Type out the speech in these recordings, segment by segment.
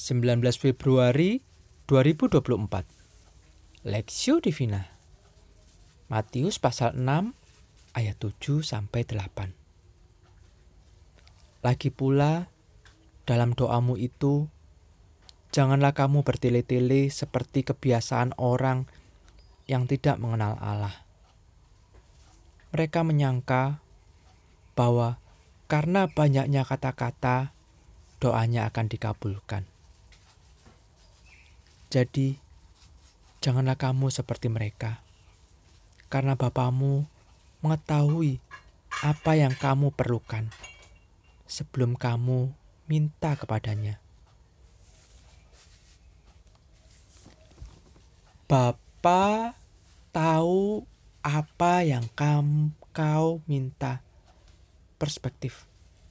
19 Februari 2024. Lexio Divina. Matius pasal 6 ayat 7 sampai 8. Lagi pula dalam doamu itu janganlah kamu bertele-tele seperti kebiasaan orang yang tidak mengenal Allah. Mereka menyangka bahwa karena banyaknya kata-kata, doanya akan dikabulkan. Jadi, janganlah kamu seperti mereka, karena Bapamu mengetahui apa yang kamu perlukan sebelum kamu minta kepadanya. Bapa tahu apa yang kau minta. Perspektif.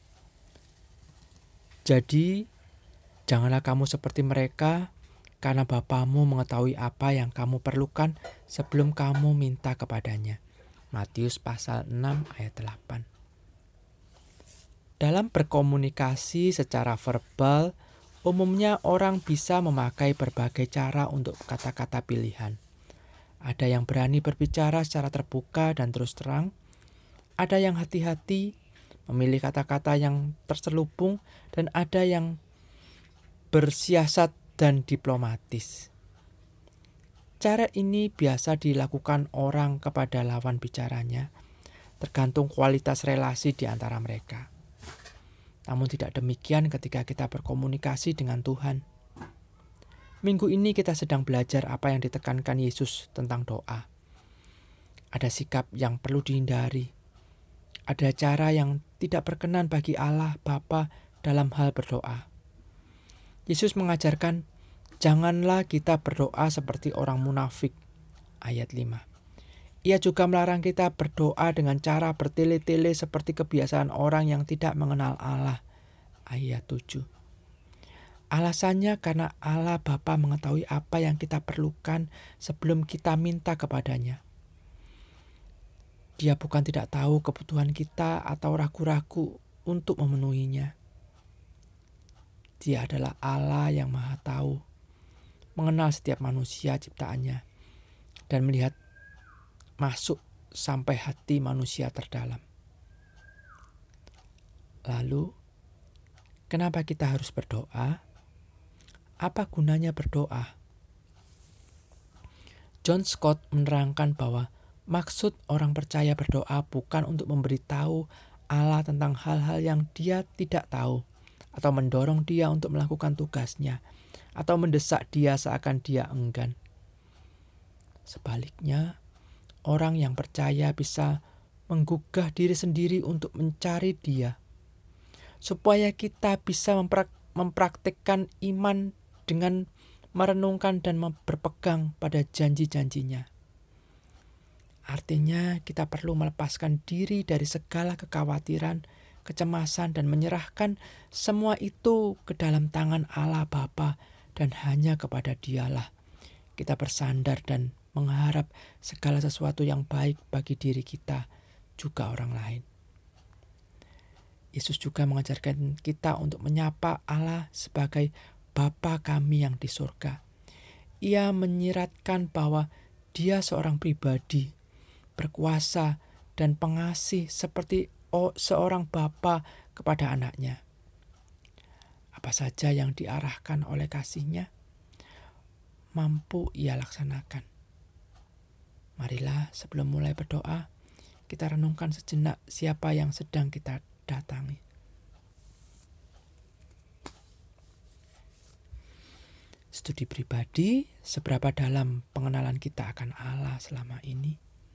Jadi, janganlah kamu seperti mereka, karena Bapamu mengetahui apa yang kamu perlukan sebelum kamu minta kepadanya. Matius pasal 6 ayat 8. Dalam berkomunikasi secara verbal, umumnya orang bisa memakai berbagai cara untuk kata-kata pilihan. Ada yang berani berbicara secara terbuka dan terus terang. Ada yang hati-hati, memilih kata-kata yang terselubung, dan ada yang bersiasat dan diplomatis. Cara ini biasa dilakukan orang kepada lawan bicaranya, tergantung kualitas relasi di antara mereka. Namun tidak demikian ketika kita berkomunikasi dengan Tuhan. Minggu ini kita sedang belajar apa yang ditekankan Yesus tentang doa. Ada sikap yang perlu dihindari. Ada cara yang tidak berkenan bagi Allah Bapa dalam hal berdoa. Yesus mengajarkan, janganlah kita berdoa seperti orang munafik. Ayat 5. Ia juga melarang kita berdoa dengan cara bertele-tele seperti kebiasaan orang yang tidak mengenal Allah. Ayat 7. Alasannya karena Allah Bapa mengetahui apa yang kita perlukan sebelum kita minta kepadanya. Dia bukan tidak tahu kebutuhan kita atau ragu-ragu untuk memenuhinya. Dia adalah Allah yang Maha Tahu, mengenal setiap manusia ciptaannya, dan melihat masuk sampai hati manusia terdalam. Lalu, kenapa kita harus berdoa? Apa gunanya berdoa? John Stott menerangkan bahwa maksud orang percaya berdoa bukan untuk memberitahu Allah tentang hal-hal yang dia tidak tahu, atau mendorong dia untuk melakukan tugasnya, atau mendesak dia seakan dia enggan. Sebaliknya, orang yang percaya bisa menggugah diri sendiri untuk mencari Dia, supaya kita bisa mempraktikkan iman dengan merenungkan dan berpegang pada janji-janjinya. Artinya, kita perlu melepaskan diri dari segala kekhawatiran, kecemasan, dan menyerahkan semua itu ke dalam tangan Allah Bapa, dan hanya kepada Dialah kita bersandar dan mengharap segala sesuatu yang baik bagi diri kita, juga orang lain. Yesus juga mengajarkan kita untuk menyapa Allah sebagai Bapa kami yang di surga. Ia menyiratkan bahwa Dia seorang pribadi, berkuasa dan pengasih seperti seorang bapa kepada anaknya. Apa saja yang diarahkan oleh kasih-Nya, mampu Ia laksanakan. Marilah sebelum mulai berdoa, kita renungkan sejenak siapa yang sedang kita datangi. Studi pribadi, seberapa dalam pengenalan kita akan Allah selama ini?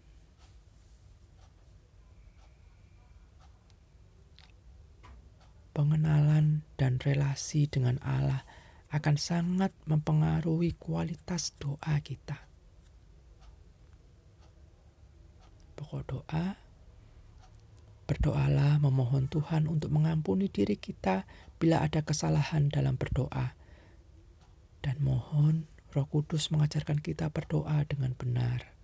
Pengenalan dan relasi dengan Allah akan sangat mempengaruhi kualitas doa kita. Pokok doa, berdoalah memohon Tuhan untuk mengampuni diri kita bila ada kesalahan dalam berdoa. Dan mohon Roh Kudus mengajarkan kita berdoa dengan benar.